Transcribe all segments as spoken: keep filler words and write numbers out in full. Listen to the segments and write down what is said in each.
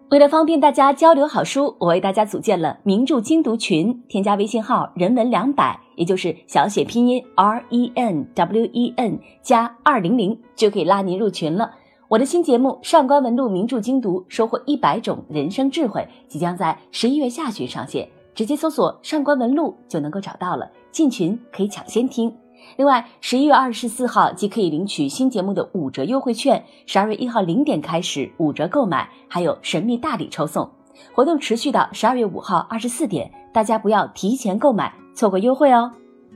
为了方便大家交流好书，我为大家组建了名著精读群，添加微信号人文两百，也就是小写拼音 R E N W E N 加二零零，就可以拉您入群了。我的新节目上官文录名著精读，收获一百种人生智慧，即将在十一月下旬上线，直接搜索上官文录就能够找到了，进群可以抢先听。另外十一月二十四号即可以领取新节目的五折优惠券，十二月一号零点开始五折购买，还有神秘大礼抽送，活动持续到十二月五号二十四点，大家不要提前购买，错过优惠哦。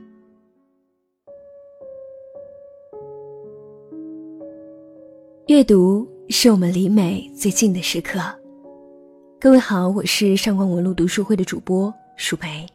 阅读是我们离美最近的时刻。各位好，我是上官文录读书会的主播舒培。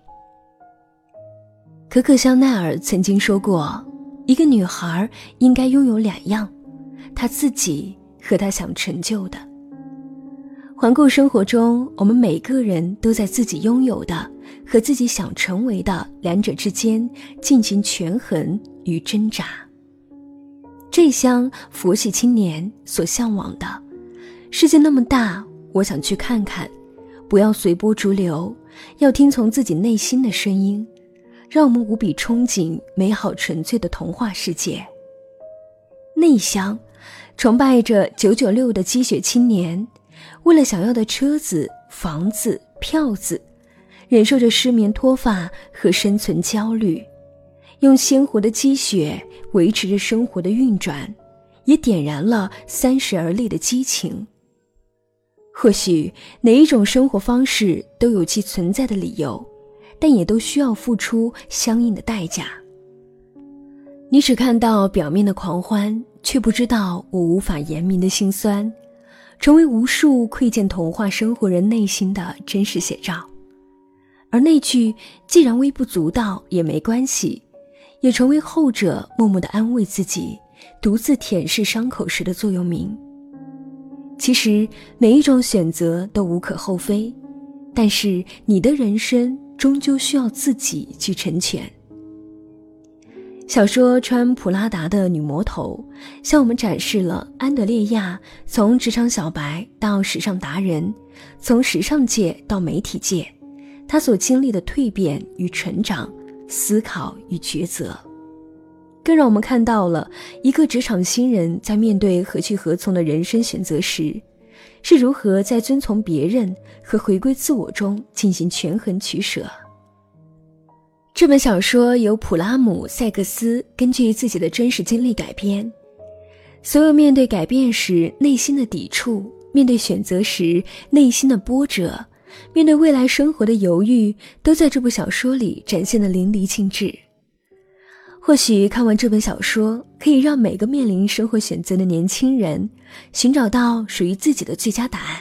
可可香奈儿曾经说过，一个女孩应该拥有两样，她自己和她想成就的。环顾生活中，我们每个人都在自己拥有的和自己想成为的两者之间进行权衡与挣扎。这厢佛系青年所向往的，世界那么大，我想去看看，不要随波逐流，要听从自己内心的声音，让我们无比憧憬美好纯粹的童话世界。内乡崇拜着九九六的积雪青年，为了想要的车子、房子、票子，忍受着失眠脱发和生存焦虑，用鲜活的积雪维持着生活的运转，也点燃了三十而立的激情。或许哪一种生活方式都有其存在的理由，但也都需要付出相应的代价。你只看到表面的狂欢，却不知道我无法言明的辛酸，成为无数窥见童话生活人内心的真实写照。而那句既然微不足道也没关系，也成为后者默默地安慰自己，独自舔舐伤口时的座右铭。其实每一种选择都无可厚非，但是你的人生终究需要自己去成全。小说穿普拉达的女魔头向我们展示了安德烈亚从职场小白到时尚达人，从时尚界到媒体界，她所经历的蜕变与成长，思考与抉择，更让我们看到了一个职场新人在面对何去何从的人生选择时，是如何在遵从别人和回归自我中进行权衡取舍。这本小说由普拉姆·塞克斯根据自己的真实经历改编，所有面对改变时内心的抵触，面对选择时内心的波折，面对未来生活的犹豫，都在这部小说里展现得淋漓尽致。或许看完这本小说，可以让每个面临生活选择的年轻人寻找到属于自己的最佳答案。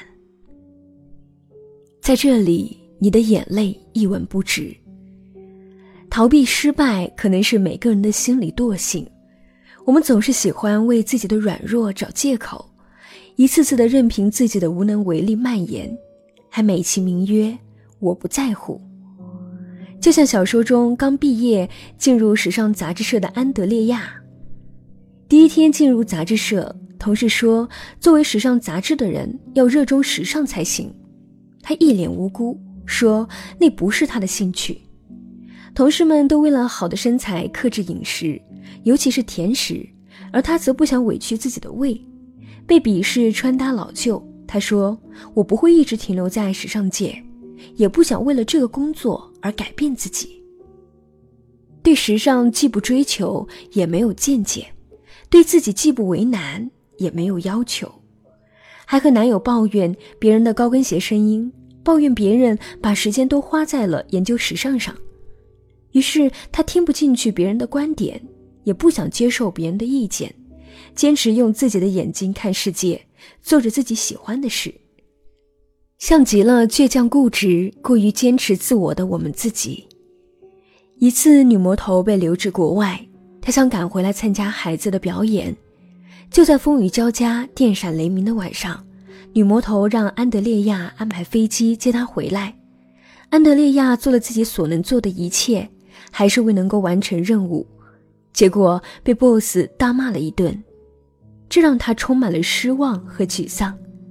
在这里，你的眼泪一文不值。逃避失败可能是每个人的心理惰性，我们总是喜欢为自己的软弱找借口，一次次地任凭自己的无能为力蔓延，还美其名曰我不在乎。就像小说中刚毕业进入时尚杂志社的安德烈亚，第一天进入杂志社，同事说作为时尚杂志的人要热衷时尚才行，他一脸无辜说那不是他的兴趣。同事们都为了好的身材克制饮食，尤其是甜食，而他则不想委屈自己的胃，被鄙视穿搭老旧。他说我不会一直停留在时尚界，也不想为了这个工作而改变自己。对时尚既不追求也没有见解，对自己既不为难也没有要求，还和男友抱怨别人的高跟鞋声音，抱怨别人把时间都花在了研究时尚上。于是他听不进去别人的观点，也不想接受别人的意见，坚持用自己的眼睛看世界，做着自己喜欢的事，像极了倔强固执、过于坚持自我的我们自己。一次女魔头被留至国外，她想赶回来参加孩子的表演，就在风雨交加、电闪雷鸣的晚上，女魔头让安德烈亚安排飞机接她回来。安德烈亚做了自己所能做的一切，还是未能够完成任务，结果被 boss 大骂了一顿，这让他充满了失望和沮丧。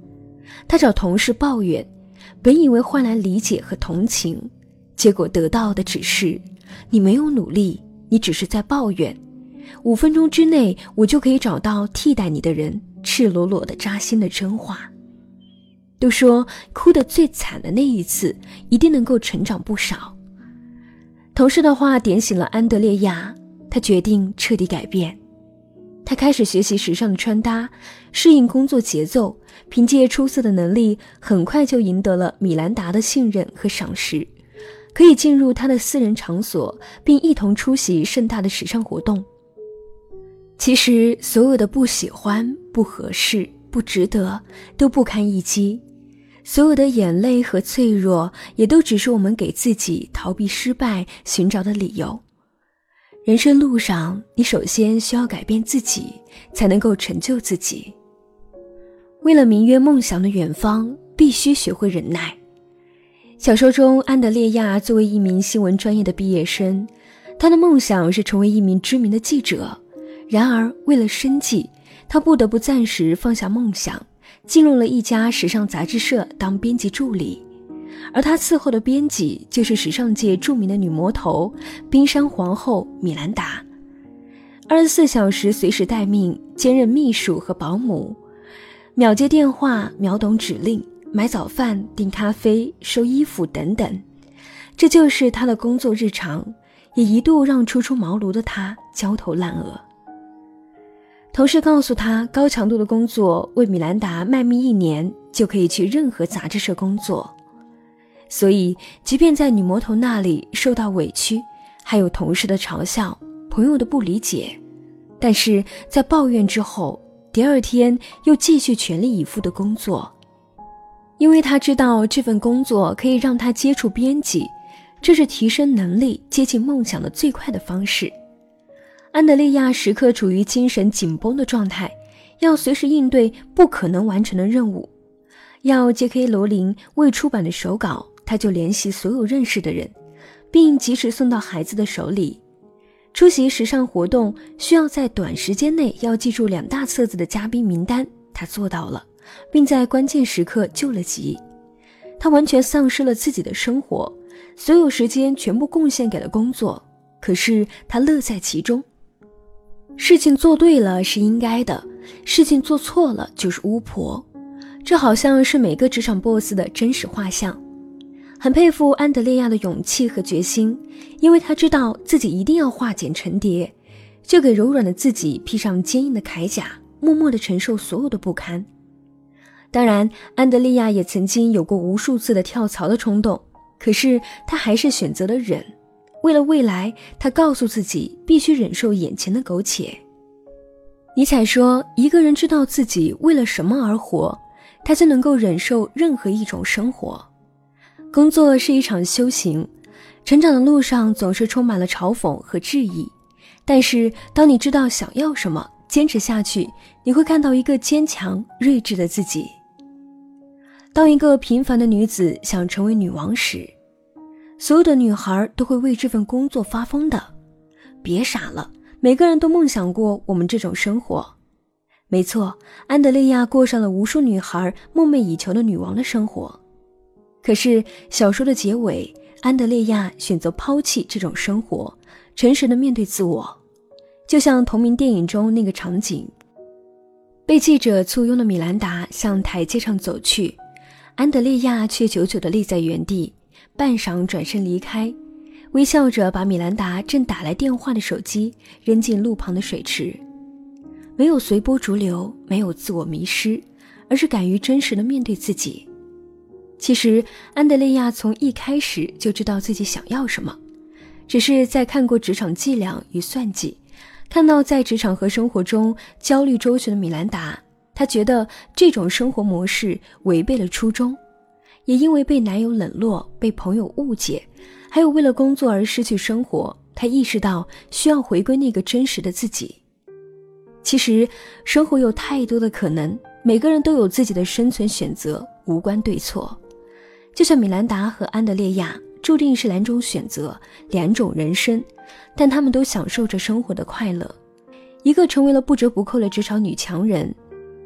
她找同事抱怨，本以为换来理解和同情，结果得到的只是你没有努力，你只是在抱怨，五分钟之内我就可以找到替代你的人，赤裸裸的扎心的真话。都说哭得最惨的那一次一定能够成长不少。同事的话点醒了安德烈亚，她决定彻底改变。她开始学习时尚的穿搭，适应工作节奏，凭借出色的能力很快就赢得了米兰达的信任和赏识，可以进入她的私人场所，并一同出席盛大的时尚活动。其实所有的不喜欢、不合适、不值得都不堪一击，所有的眼泪和脆弱也都只是我们给自己逃避失败寻找的理由。人生路上，你首先需要改变自己，才能够成就自己。为了名曰梦想的远方，必须学会忍耐。小说中，安德烈亚作为一名新闻专业的毕业生，他的梦想是成为一名知名的记者。然而为了生计，他不得不暂时放下梦想，进入了一家时尚杂志社当编辑助理。而他伺候的编辑就是时尚界著名的女魔头冰山皇后米兰达，二十四小时随时待命，兼任秘书和保姆，秒接电话，秒懂指令，买早饭，订咖啡，收衣服等等，这就是他的工作日常，也一度让初出茅庐的他焦头烂额。同事告诉他，高强度的工作为米兰达卖命一年就可以去任何杂志社工作，所以即便在女魔头那里受到委屈，还有同事的嘲笑，朋友的不理解，但是在抱怨之后，第二天又继续全力以赴的工作，因为他知道这份工作可以让他接触编辑，这是提升能力接近梦想的最快的方式。安德烈亚时刻处于精神紧绷的状态，要随时应对不可能完成的任务。要 J K 罗琳未出版的手稿，他就联系所有认识的人，并及时送到孩子的手里。出席时尚活动需要在短时间内要记住两大册子的嘉宾名单，他做到了，并在关键时刻救了急。他完全丧失了自己的生活，所有时间全部贡献给了工作，可是他乐在其中。事情做对了是应该的，事情做错了就是巫婆，这好像是每个职场 boss 的真实画像。很佩服安德烈亚的勇气和决心，因为他知道自己一定要化茧成蝶，就给柔软的自己披上坚硬的铠甲，默默地承受所有的不堪。当然，安德烈亚也曾经有过无数次的跳槽的冲动，可是他还是选择了忍。为了未来，他告诉自己必须忍受眼前的苟且。尼采说，一个人知道自己为了什么而活，他就能够忍受任何一种生活。工作是一场修行，成长的路上总是充满了嘲讽和质疑，但是当你知道想要什么，坚持下去，你会看到一个坚强睿智的自己。当一个平凡的女子想成为女王时，所有的女孩都会为这份工作发疯的。别傻了，每个人都梦想过我们这种生活。没错，安德烈亚过上了无数女孩梦寐以求的女王的生活。可是小说的结尾，安德烈亚选择抛弃这种生活，诚实地面对自我。就像同名电影中那个场景，被记者簇拥的米兰达向台阶上走去，安德烈亚却久久地立在原地，半晌转身离开，微笑着把米兰达正打来电话的手机扔进路旁的水池。没有随波逐流，没有自我迷失，而是敢于真实地面对自己。其实安德烈亚从一开始就知道自己想要什么，只是在看过职场伎俩与算计，看到在职场和生活中焦虑周旋的米兰达，他觉得这种生活模式违背了初衷。也因为被男友冷落，被朋友误解，还有为了工作而失去生活，他意识到需要回归那个真实的自己。其实生活有太多的可能，每个人都有自己的生存选择，无关对错。就像米兰达和安德烈亚注定是两种选择，两种人生，但他们都享受着生活的快乐。一个成为了不折不扣的职场女强人，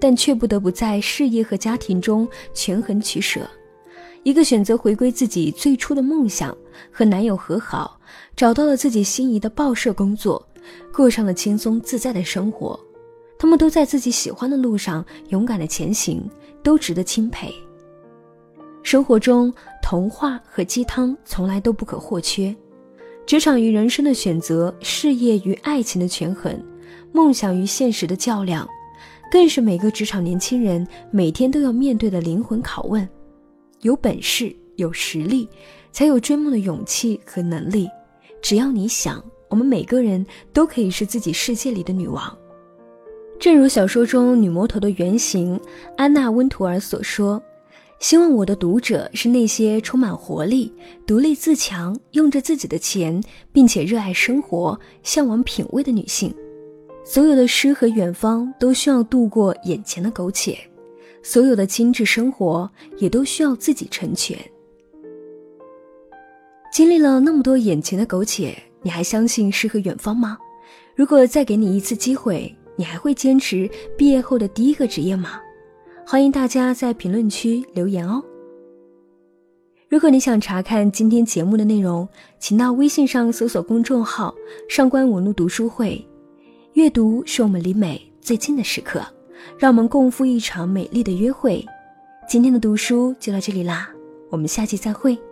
但却不得不在事业和家庭中权衡取舍。一个选择回归自己最初的梦想，和男友和好，找到了自己心仪的报社工作，过上了轻松自在的生活。他们都在自己喜欢的路上勇敢地前行，都值得钦佩。生活中，童话和鸡汤从来都不可或缺。职场与人生的选择，事业与爱情的权衡，梦想与现实的较量，更是每个职场年轻人每天都要面对的灵魂拷问。有本事，有实力，才有追梦的勇气和能力。只要你想，我们每个人都可以是自己世界里的女王。正如小说中女魔头的原型安娜温图尔所说，希望我的读者是那些充满活力、独立自强、用着自己的钱，并且热爱生活、向往品味的女性。所有的诗和远方都需要度过眼前的苟且，所有的精致生活也都需要自己成全。经历了那么多眼前的苟且，你还相信诗和远方吗？如果再给你一次机会，你还会坚持毕业后的第一个职业吗？欢迎大家在评论区留言哦。如果你想查看今天节目的内容，请到微信上搜索公众号上官文露读书会。阅读是我们离美最近的时刻，让我们共赴一场美丽的约会。今天的读书就到这里啦，我们下期再会。